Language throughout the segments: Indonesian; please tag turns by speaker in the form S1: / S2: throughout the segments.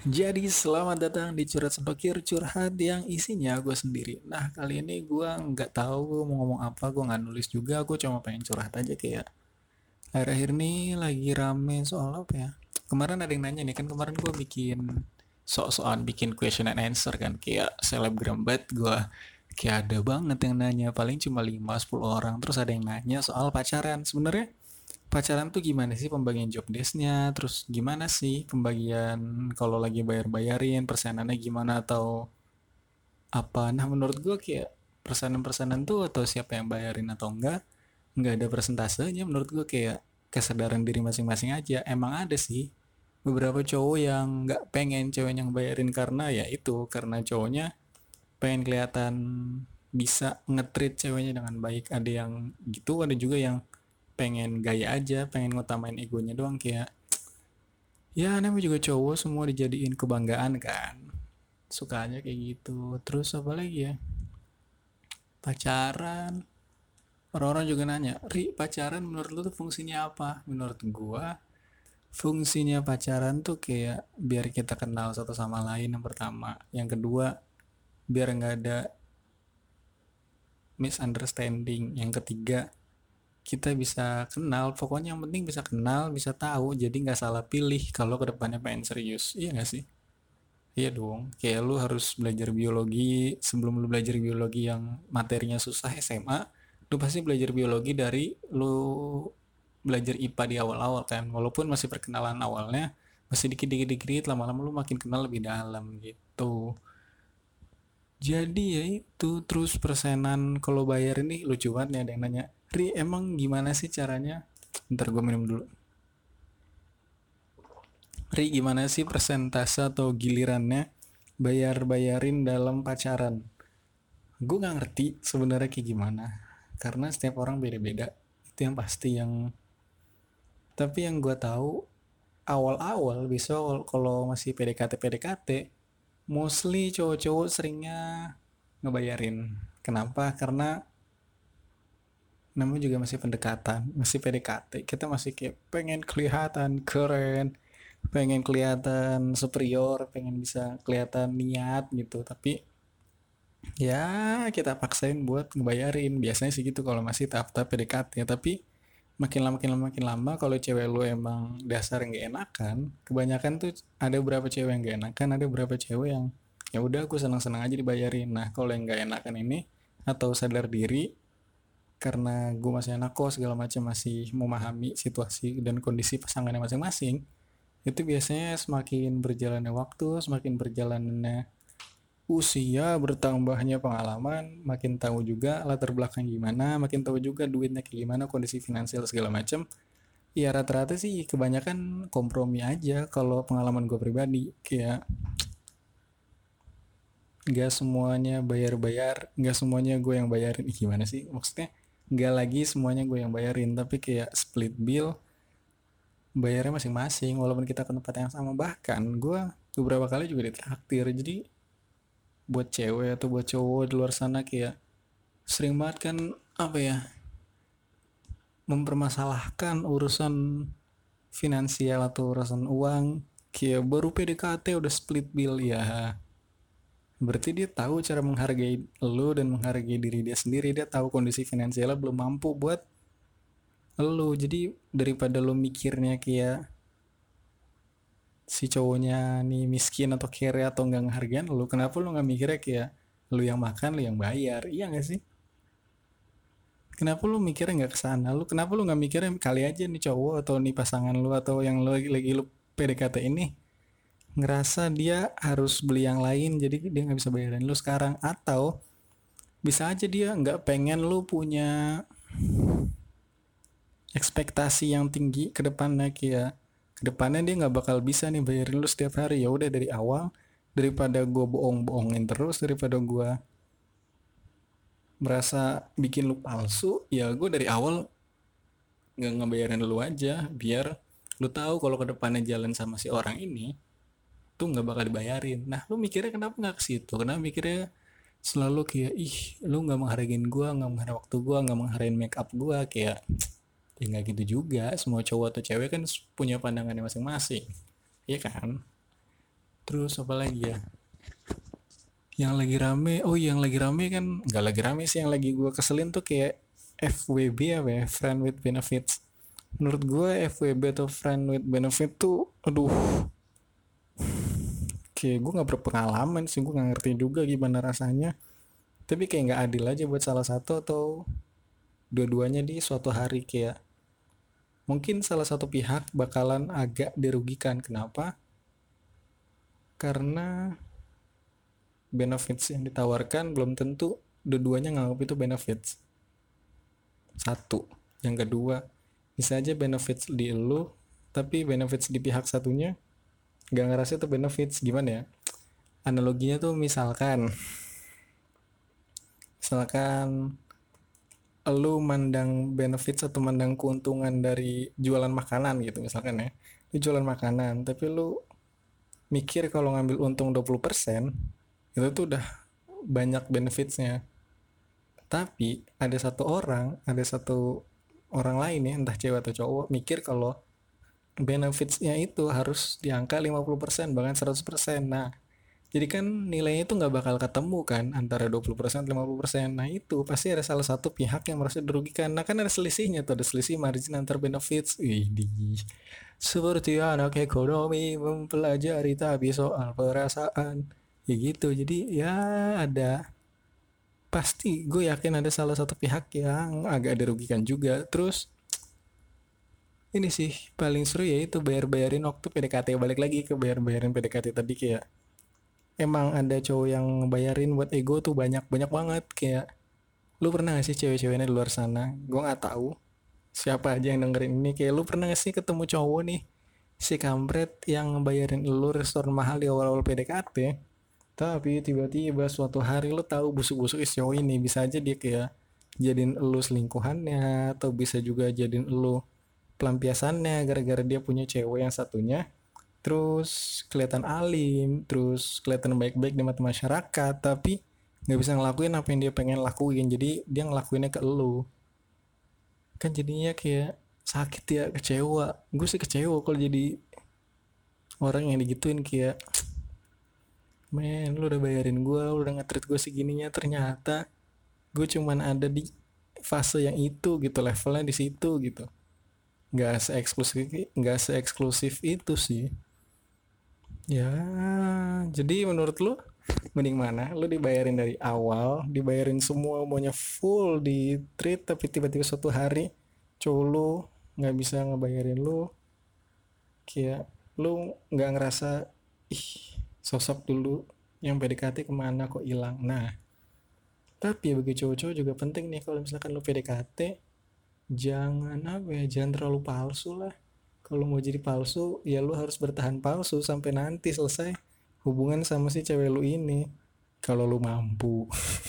S1: Jadi selamat datang di Curhat Sepakir, curhat yang isinya gue sendiri. Nah kali ini gue nggak tahu gue mau ngomong apa, gue nggak nulis juga, gue cuma pengen curhat aja kayak akhir-akhir ini lagi rame soal apa ya. Kemarin ada yang nanya nih, kan kemarin gue bikin sok-sokan bikin question and answer kan, kayak selebgram banget gue. Kayak ada banget yang nanya, paling cuma 5-10 orang. Terus ada yang nanya soal pacaran. Sebenarnya pacaran tuh gimana sih pembagian job desk-nya? Terus gimana sih pembagian kalau lagi bayar-bayarin, persenannya gimana atau apa? Nah menurut gue kayak persenan-persenan tuh atau siapa yang bayarin atau enggak ada persentasenya. Menurut gue kayak kesadaran diri masing-masing aja. Emang ada sih beberapa cowok yang nggak pengen cewek yang bayarin karena ya itu, karena cowoknya pengen kelihatan bisa nge-treat ceweknya dengan baik. Ada yang gitu, ada juga yang pengen gaya aja, pengen ngutamain egonya doang kayak ya namanya juga cowok semua dijadiin kebanggaan kan. Sukanya kayak gitu. Terus apa lagi ya? Pacaran. Orang-orang juga nanya, Ri, pacaran menurut lu tuh fungsinya apa? Menurut gua, fungsinya pacaran tuh kayak biar kita kenal satu sama lain yang pertama. Yang kedua, biar nggak ada misunderstanding. Yang ketiga, kita bisa kenal. Pokoknya yang penting bisa kenal, bisa tahu. Jadi nggak salah pilih kalau kedepannya pengen serius. Iya nggak sih? Iya dong, kayak lu harus belajar biologi sebelum lu belajar biologi yang materinya susah SMA, lu pasti belajar biologi dari lu belajar IPA di awal-awal kan, walaupun masih perkenalan awalnya, masih dikit-dikit lama-lama lu makin kenal lebih dalam gitu. Jadi ya itu, terus persenan kalau bayar ini lucu banget nih ada yang nanya, Ri emang gimana sih caranya? Ntar gue minum dulu. Ri gimana sih persentase atau gilirannya bayar-bayarin dalam pacaran? Gue nggak ngerti sebenarnya kayak gimana karena setiap orang beda-beda, itu yang pasti. Yang tapi yang gue tahu awal-awal bisa kalau masih PDKT mostly cowok-cowok seringnya ngebayarin. Kenapa? Karena namanya juga masih pendekatan, masih PDKT, kita masih kayak pengen kelihatan keren, pengen kelihatan superior, pengen bisa kelihatan niat gitu. Tapi ya kita paksain buat ngebayarin, biasanya sih gitu kalau masih tahap-tahap PDKT ya. Tapi makin lama kalau cewek lu emang dasar yang gak enakan, kebanyakan tuh ada beberapa cewek yang gak enakan, ada beberapa cewek yang ya udah aku senang-senang aja dibayarin. Nah kalau yang gak enakan ini atau sadar diri karena gue masih anak kos segala macam, masih memahami situasi dan kondisi pasangannya masing-masing, itu biasanya semakin berjalannya waktu, semakin berjalannya usia, bertambahnya pengalaman, makin tahu juga latar belakang gimana, makin tahu juga duitnya kayak gimana, kondisi finansial segala macam. Ya rata-rata sih kebanyakan kompromi aja kalau pengalaman gue pribadi. Kayak nggak semuanya bayar-bayar, nggak semuanya gue yang bayarin. Gimana sih? Maksudnya nggak lagi semuanya gue yang bayarin, tapi kayak split bill, bayarnya masing-masing walaupun kita ke tempat yang sama. Bahkan gue beberapa kali juga ditraktir. Jadi buat cewek atau buat cowok di luar sana kayak sering banget kan apa ya, mempermasalahkan urusan finansial atau urusan uang, kayak baru PDKT udah split bill. Ya berarti dia tahu cara menghargai lu dan menghargai diri dia sendiri, dia tahu kondisi finansialnya belum mampu buat lu. Jadi daripada lu mikirnya kayak si cowoknya nih miskin atau kere atau nggak ngehargain lu, kenapa lu nggak mikirnya kayak lu yang makan lu yang bayar? Iya nggak sih? Kenapa lu mikirnya nggak ke sana? Lu kenapa lu nggak mikirnya kali aja nih cowok atau nih pasangan lu atau yang lu lagi lu PDKT ini ngerasa dia harus beli yang lain jadi dia nggak bisa bayarin lu sekarang, atau bisa aja dia nggak pengen lu punya ekspektasi yang tinggi ke depannya, kayak ke depannya dia nggak bakal bisa nih bayarin lu setiap hari. Ya udah dari awal, daripada gue bohong-bohongin terus, daripada gue merasa bikin lu palsu, ya gue dari awal nggak ngebayarin lu aja biar lu tahu kalau kedepannya jalan sama si orang ini tuh nggak bakal dibayarin. Nah lu mikirnya kenapa nggak ke situ? Kenapa mikirnya selalu kayak ih lu nggak menghargain gua, nggak menghargai waktu gua, nggak menghargain make up gua? Kayak ya nggak gitu juga, semua cowok atau cewek kan punya pandangannya masing-masing, ya kan? Terus apa lagi ya? Yang lagi rame, oh yang lagi rame kan, nggak lagi rame sih, yang lagi gue keselin tuh kayak FWB apa ya, friend with benefits. Menurut gue FWB atau friend with benefit tuh, aduh, kayak gue nggak berpengalaman sih, gue nggak ngerti juga gimana rasanya. Tapi kayak nggak adil aja buat salah satu atau dua-duanya di suatu hari, kayak mungkin salah satu pihak bakalan agak dirugikan. Kenapa? Karena benefits yang ditawarkan belum tentu dua-duanya nganggap itu benefits. Satu. Yang kedua, bisa aja benefits di lu, tapi benefits di pihak satunya gak ngerasa itu benefits. Gimana ya? Analoginya tuh misalkan lu mandang benefits atau mandang keuntungan dari jualan makanan gitu misalkan ya. Lu jualan makanan, tapi lu mikir kalau ngambil untung 20%, itu tuh udah banyak benefitsnya. Tapi ada satu orang lain ya, entah cewek atau cowok, mikir kalau benefitsnya itu harus di angka 50% bahkan 100%. Nah, jadi kan nilainya itu nggak bakal ketemu kan antara 20% 50%. Nah, itu pasti ada salah satu pihak yang merasa dirugikan. Nah, kan ada selisihnya tuh, ada selisih margin antar benefits. Widih. Seperti anak ekonomi mempelajari tapi soal perasaan. Ya gitu. Jadi ya ada, pasti gue yakin ada salah satu pihak yang agak dirugikan juga. Terus ini sih paling seru ya itu bayar-bayarin waktu PDKT, balik lagi ke bayar-bayarin PDKT tadi, kayak emang ada cowok yang bayarin buat ego tuh banyak banyak banget. Kayak lu pernah gak sih cewek-ceweknya di luar sana, gue nggak tahu siapa aja yang dengerin ini, kayak lu pernah gak sih ketemu cowok nih, si kampret yang bayarin lu restoran mahal di awal-awal PDKT, tapi tiba-tiba suatu hari lu tahu busuk-busuk is cowok ini, bisa aja dia kayak jadiin lu selingkuhannya, atau bisa juga jadiin lu pelampiasannya gara-gara dia punya cewek yang satunya. Terus kelihatan alim, terus kelihatan baik-baik di mata masyarakat, tapi nggak bisa ngelakuin apa yang dia pengen lakuin, jadi dia ngelakuinnya ke elu. Kan jadinya kayak sakit ya, kecewa. Gue sih kecewa kalau jadi orang yang digituin, kayak men lu udah bayarin gue, lu udah nge-treat gue segininya, ternyata gue cuman ada di fase yang itu gitu, levelnya di situ gitu. Nggak se eksklusif itu sih. Ya, jadi menurut lu mending mana? Lu dibayarin dari awal, dibayarin semua, maunya full di treat, tapi tiba-tiba suatu hari cowok lu nggak bisa ngebayarin lu, kayak lu nggak ngerasa, ih, sosok dulu yang PDKT kemana kok hilang. Nah, tapi ya bagi cowok-cowok juga penting nih, kalau misalkan lu PDKT, jangan apa ya, jangan terlalu palsu lah. Kalau mau jadi palsu, ya lu harus bertahan palsu sampai nanti selesai hubungan sama si cewek lu ini. Kalau lu mampu.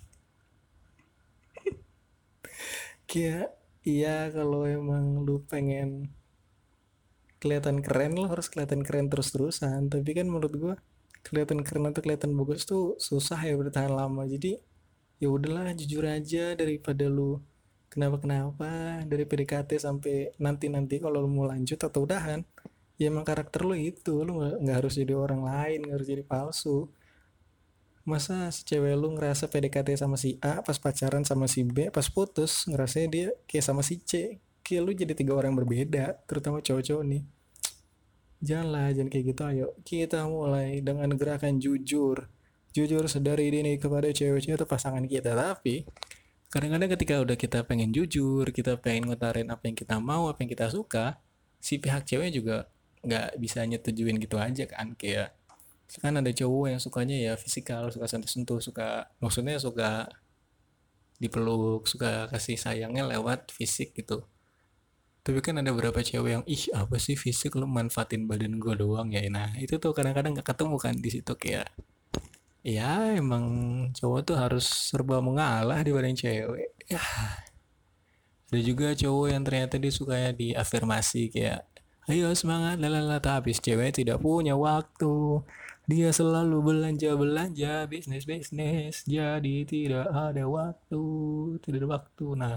S1: Kayak iya, kalau emang lu pengen kelihatan keren, lu harus kelihatan keren terus-terusan. Tapi kan menurut gua kelihatan keren atau kelihatan bagus tuh susah ya bertahan lama. Jadi ya udahlah, jujur aja daripada lu kenapa-kenapa dari PDKT sampai nanti-nanti kalau lu mau lanjut atau udahan. Ya emang karakter lu itu, lu nggak harus jadi orang lain, nggak harus jadi palsu. Masa si cewek lu ngerasa PDKT sama si A, pas pacaran sama si B, pas putus ngerasa dia kayak sama si C. Kayak lu jadi tiga orang yang berbeda, terutama cowok-cowok nih. Janganlah, jangan kayak gitu. Ayo kita mulai dengan gerakan jujur. Jujur sedari dini kepada cewek-cewek atau pasangan kita. Tapi kadang-kadang ketika udah kita pengen jujur, kita pengen ngutarin apa yang kita mau, apa yang kita suka, si pihak cewek juga nggak bisa nyetujuin gitu aja kan. Kayak kan ada cowok yang sukanya ya fisikal, suka sentuh-sentuh, suka, maksudnya suka dipeluk, suka kasih sayangnya lewat fisik gitu. Tapi kan ada beberapa cewek yang, ih apa sih fisik, lu manfaatin badan gue doang ya. Nah itu tuh kadang-kadang gak ketemu kan di situ, kayak ya emang cowok tuh harus serba mengalah dibanding cewek ya. Ada juga cowok yang ternyata dia sukanya diafirmasi, kayak ayo semangat lalala, tapi cewek tidak punya waktu, dia selalu belanja belanja, bisnis bisnis, jadi tidak ada waktu, tidak ada waktu. Nah,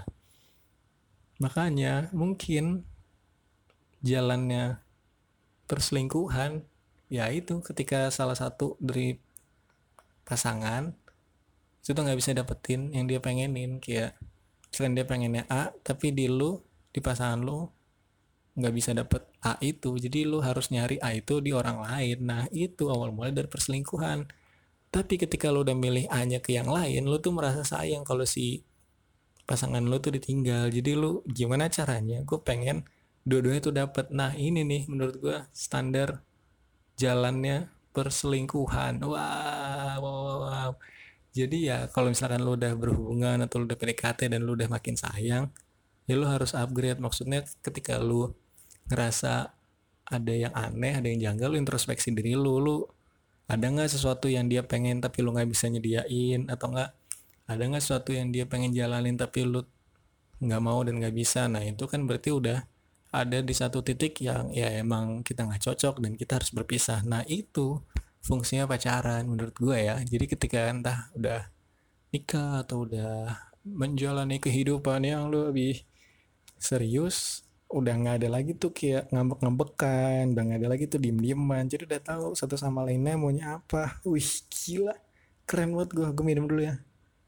S1: makanya mungkin jalannya perselingkuhan Ya itu ketika salah satu dari pasangan itu tuh nggak bisa dapetin yang dia pengenin, kayak selain dia pengennya A tapi di lu, di pasangan lu nggak bisa dapet A itu, jadi lu harus nyari A itu di orang lain. Nah itu awal mulai dari perselingkuhan. Tapi ketika lu udah milih A nya ke yang lain, lu tuh merasa sayang kalau si pasangan lu tuh ditinggal. Jadi lu gimana caranya, gue pengen dua-duanya tuh dapet. Nah ini nih menurut gue standar jalannya perselingkuhan. Wow, wow, wow, wow. Jadi ya kalau misalkan lu udah berhubungan atau lu udah PDKT dan lu udah makin sayang, ya lu harus upgrade. Maksudnya ketika lu ngerasa ada yang aneh, ada yang janggal, lu introspeksi diri lu. Lu ada nggak sesuatu yang dia pengen tapi lu nggak bisa nyediain, atau nggak ada nggak sesuatu yang dia pengen jalanin tapi lu nggak mau dan nggak bisa. Nah itu kan berarti udah ada di satu titik yang ya emang kita nggak cocok dan kita harus berpisah. Nah itu fungsinya pacaran menurut gue ya. Jadi ketika entah udah nikah atau udah menjalani kehidupan yang lebih serius, udah nggak ada lagi tuh kayak ngambek-ngambekan, udah nggak ada lagi tuh diem-dieman. Jadi udah tahu satu sama lainnya maunya apa. Wih gila, keren banget. Gue minum dulu ya.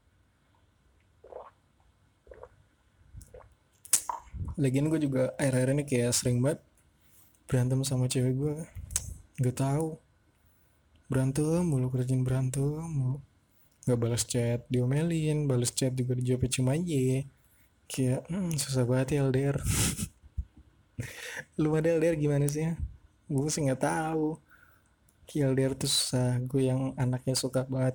S1: Lagian gue juga akhir-akhir ini kayak sering banget berantem sama cewek gue. Gak tahu, berantem mulu, kerjaan berantem mulu. Gak balas chat diomelin, balas chat juga dijawabnya cuma ye. Kayak susah banget ya LDR. Lu ada LDR gimana sih? Gue sih nggak tahu. Kayak LDR tuh susah. Gue yang anaknya suka banget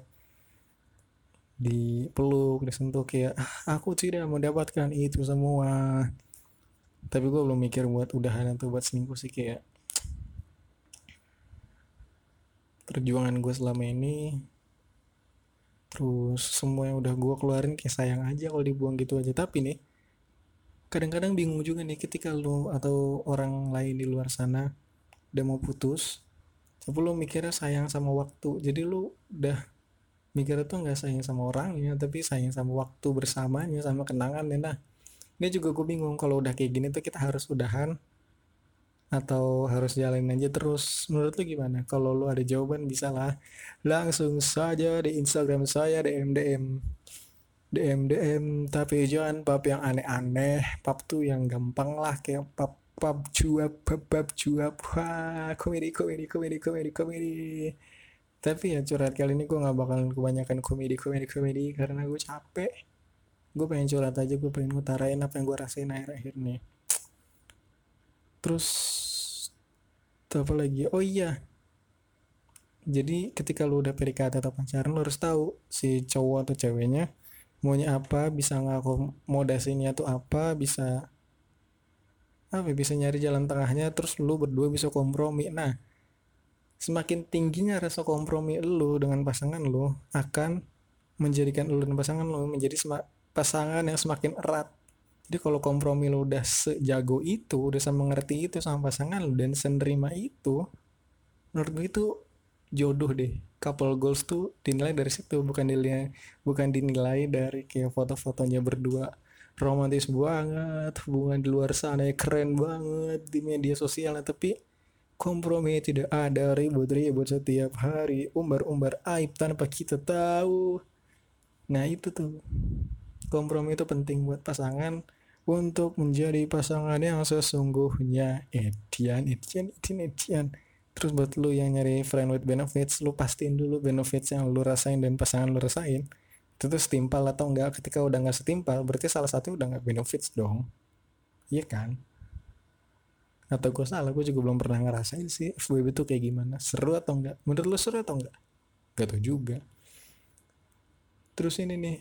S1: dipeluk, disentuh, kayak aku tidak mendapatkan itu semua. Tapi gue belum mikir buat udahan atau buat selingkuh sih. Kayak perjuangan gue selama ini, terus semua yang udah gue keluarin, kayak sayang aja kalau dibuang gitu aja. Tapi nih kadang-kadang bingung juga nih ketika lu atau orang lain di luar sana udah mau putus, tapi lu mikirnya sayang sama waktu. Jadi lu udah mikirnya tuh nggak sayang sama orangnya, tapi sayang sama waktu bersamanya, sama kenangannya. Nah ini juga gue bingung, kalau udah kayak gini tuh kita harus udahan atau harus jalanin aja terus. Menurut lu gimana? Kalau lu ada jawaban bisa lah langsung saja di Instagram saya, DM tapi jangan pub yang aneh-aneh. Pub tuh yang gampang lah, kayak pub pub cuap, wah komedi komedi komedi komedi komedi. Tapi ya curhat kali ini gue nggak bakalan kebanyakan komedi komedi komedi karena gue capek. Gue pengen curhat aja, gue pengen ngutarain apa yang gue rasain akhir-akhir nih. Terus apa lagi, oh iya, jadi ketika lu udah PDKT atau pacaran, lu harus tahu si cowok atau ceweknya maunya apa, bisa ngakomodasinya tuh apa, bisa apa ya, bisa nyari jalan tengahnya, terus lu berdua bisa kompromi. Nah semakin tingginya rasa kompromi lu dengan pasangan lu akan menjadikan lu dan pasangan lu menjadi pasangan yang semakin erat. Jadi kalau kompromi lu udah sejago itu, udah sama ngerti itu sama pasangan lu dan senerima itu, menurut gue itu jodoh deh. Couple goals tuh dinilai dari situ, bukan dinilai dari kayak foto-fotonya berdua romantis banget, hubungan di luar sana ya keren banget di media sosial, tapi kompromi tidak ada, ribut-ribut setiap hari, umbar-umbar aib tanpa kita tahu. Nah itu tuh, kompromi itu penting buat pasangan untuk menjadi pasangan yang sesungguhnya. Edian. Terus buat lu yang nyari friend with benefits, lu pastiin dulu benefits yang lu rasain dan pasangan lu rasain itu tuh setimpal atau enggak. Ketika udah nggak setimpal, berarti salah satu udah nggak benefits dong. Iya kan? Atau gue salah, gue juga belum pernah ngerasain sih FWB tuh kayak gimana, seru atau enggak. Menurut lu seru atau enggak? Gak tau juga. Terus ini nih,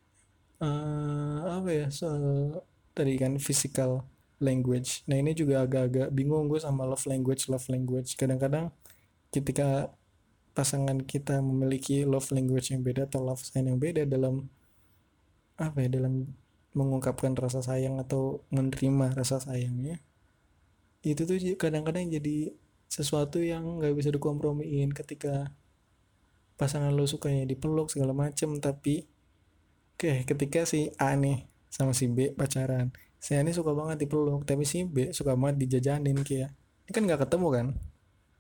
S1: apa ya, soal tadi kan physical language. Nah ini juga agak-agak bingung gue sama love language. Kadang-kadang ketika pasangan kita memiliki love language yang beda atau love sign yang beda dalam apa ya, dalam mengungkapkan rasa sayang atau menerima rasa sayangnya, itu tuh kadang-kadang jadi sesuatu yang nggak bisa dikompromiin. Ketika pasangan lo sukanya dipeluk segala macem, tapi ketika si A nih sama si B pacaran, si A ini suka banget dipeluk tapi si B suka banget dijajanin, kayak ini kan nggak ketemu kan.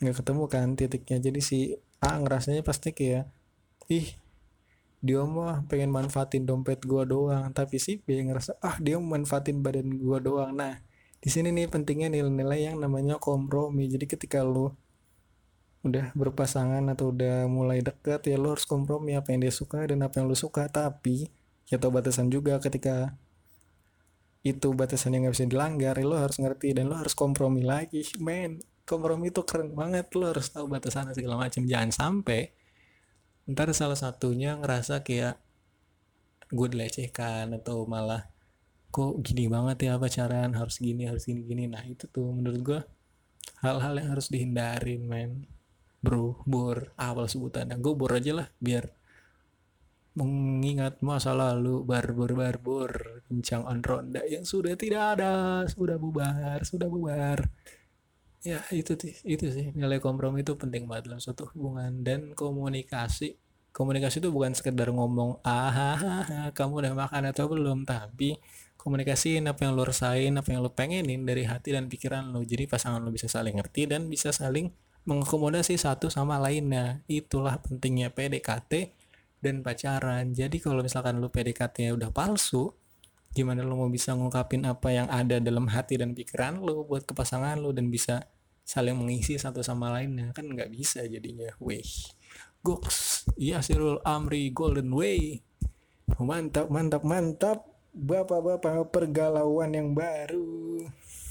S1: nggak ketemu kan titiknya. Jadi si A ngerasanya pasti kayak, ih dia mah pengen manfaatin dompet gua doang, tapi si B ngerasa dia manfaatin badan gua doang. Nah di sini nih pentingnya nilai-nilai yang namanya kompromi. Jadi ketika lu udah berpasangan atau udah mulai deket ya lo harus kompromi apa yang dia suka dan apa yang lu suka, tapi ya tau batasan juga. Ketika itu batasan yang gak bisa dilanggar ya lo harus ngerti dan lo harus kompromi lagi. Men, kompromi itu keren banget. Lo harus tahu batasan segala macam, jangan sampai ntar salah satunya ngerasa kayak gue dilecehkan atau malah kok gini banget ya pacaran, harus gini harus gini gini. Nah itu tuh menurut gue hal-hal yang harus dihindarin, men. Bro, bor, awal sebutannya gue bor aja lah biar mengingat masa lalu. Barbur kencang on ronda yang sudah tidak ada, sudah bubar. Ya itu sih nilai kompromi itu penting banget dalam suatu hubungan. Dan komunikasi itu bukan sekedar ngomong kamu udah makan atau belum, tapi komunikasiin apa yang lo rasain, apa yang lo pengenin dari hati dan pikiran lo. Jadi pasangan lo bisa saling ngerti dan bisa saling mengakomodasi satu sama lainnya. Itulah pentingnya PDKT dan pacaran. Jadi kalau misalkan lo PDKT-nya udah palsu, gimana lo mau bisa ngungkapin apa yang ada dalam hati dan pikiran lo buat ke pasangan lo dan bisa saling mengisi satu sama lainnya? Kan nggak bisa jadinya. Weh, goks, Yasirul Amri Golden Way. Mantap, mantap, mantap. Bapak-bapak pergalauan yang baru.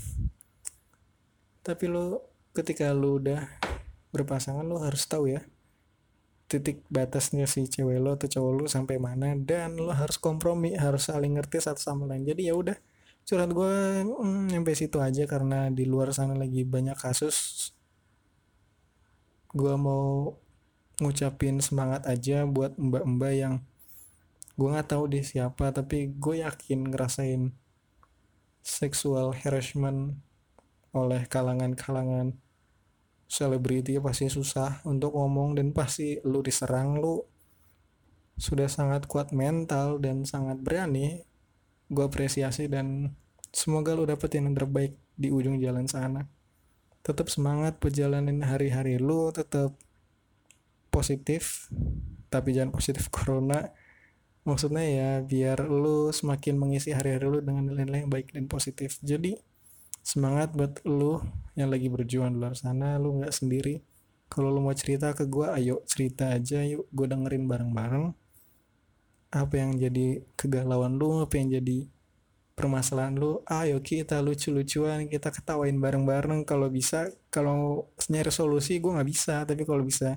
S1: Tapi lo ketika lo udah berpasangan lo harus tahu ya titik batasnya si cewek lo atau cowok lo sampai mana, dan lo harus kompromi, harus saling ngerti satu sama lain. Jadi ya udah, curhat gue sampai situ aja karena di luar sana lagi banyak kasus. Gue mau ngucapin semangat aja buat mbak-mbak yang gue nggak tahu deh siapa, tapi gue yakin ngerasain sexual harassment oleh kalangan-kalangan selebriti. Pasti susah untuk ngomong dan pasti lu diserang. Lu sudah sangat kuat mental dan sangat berani. Gue apresiasi dan semoga lu dapet yang terbaik di ujung jalan sana. Tetap semangat perjalanan hari-hari lu, tetap positif, tapi jangan positif corona. Maksudnya ya biar lu semakin mengisi hari-hari lu dengan nilai-nilai yang baik dan positif. Jadi semangat buat lu yang lagi berjuang di luar sana. Lu gak sendiri. Kalau lu mau cerita ke gue, ayo cerita aja, yuk gue dengerin bareng-bareng apa yang jadi kegalauan lu, apa yang jadi permasalahan lu. Ayo kita lucu-lucuan, kita ketawain bareng-bareng. Kalau bisa, kalau nyari solusi gue gak bisa, tapi kalau bisa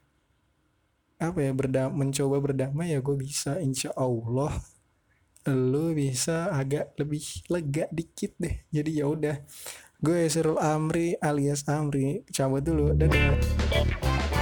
S1: mencoba berdamai ya gue bisa. Insya Allah lu bisa agak lebih lega dikit deh. Jadi ya udah, gue Sirul Amri alias Amri cabut dulu, dadah.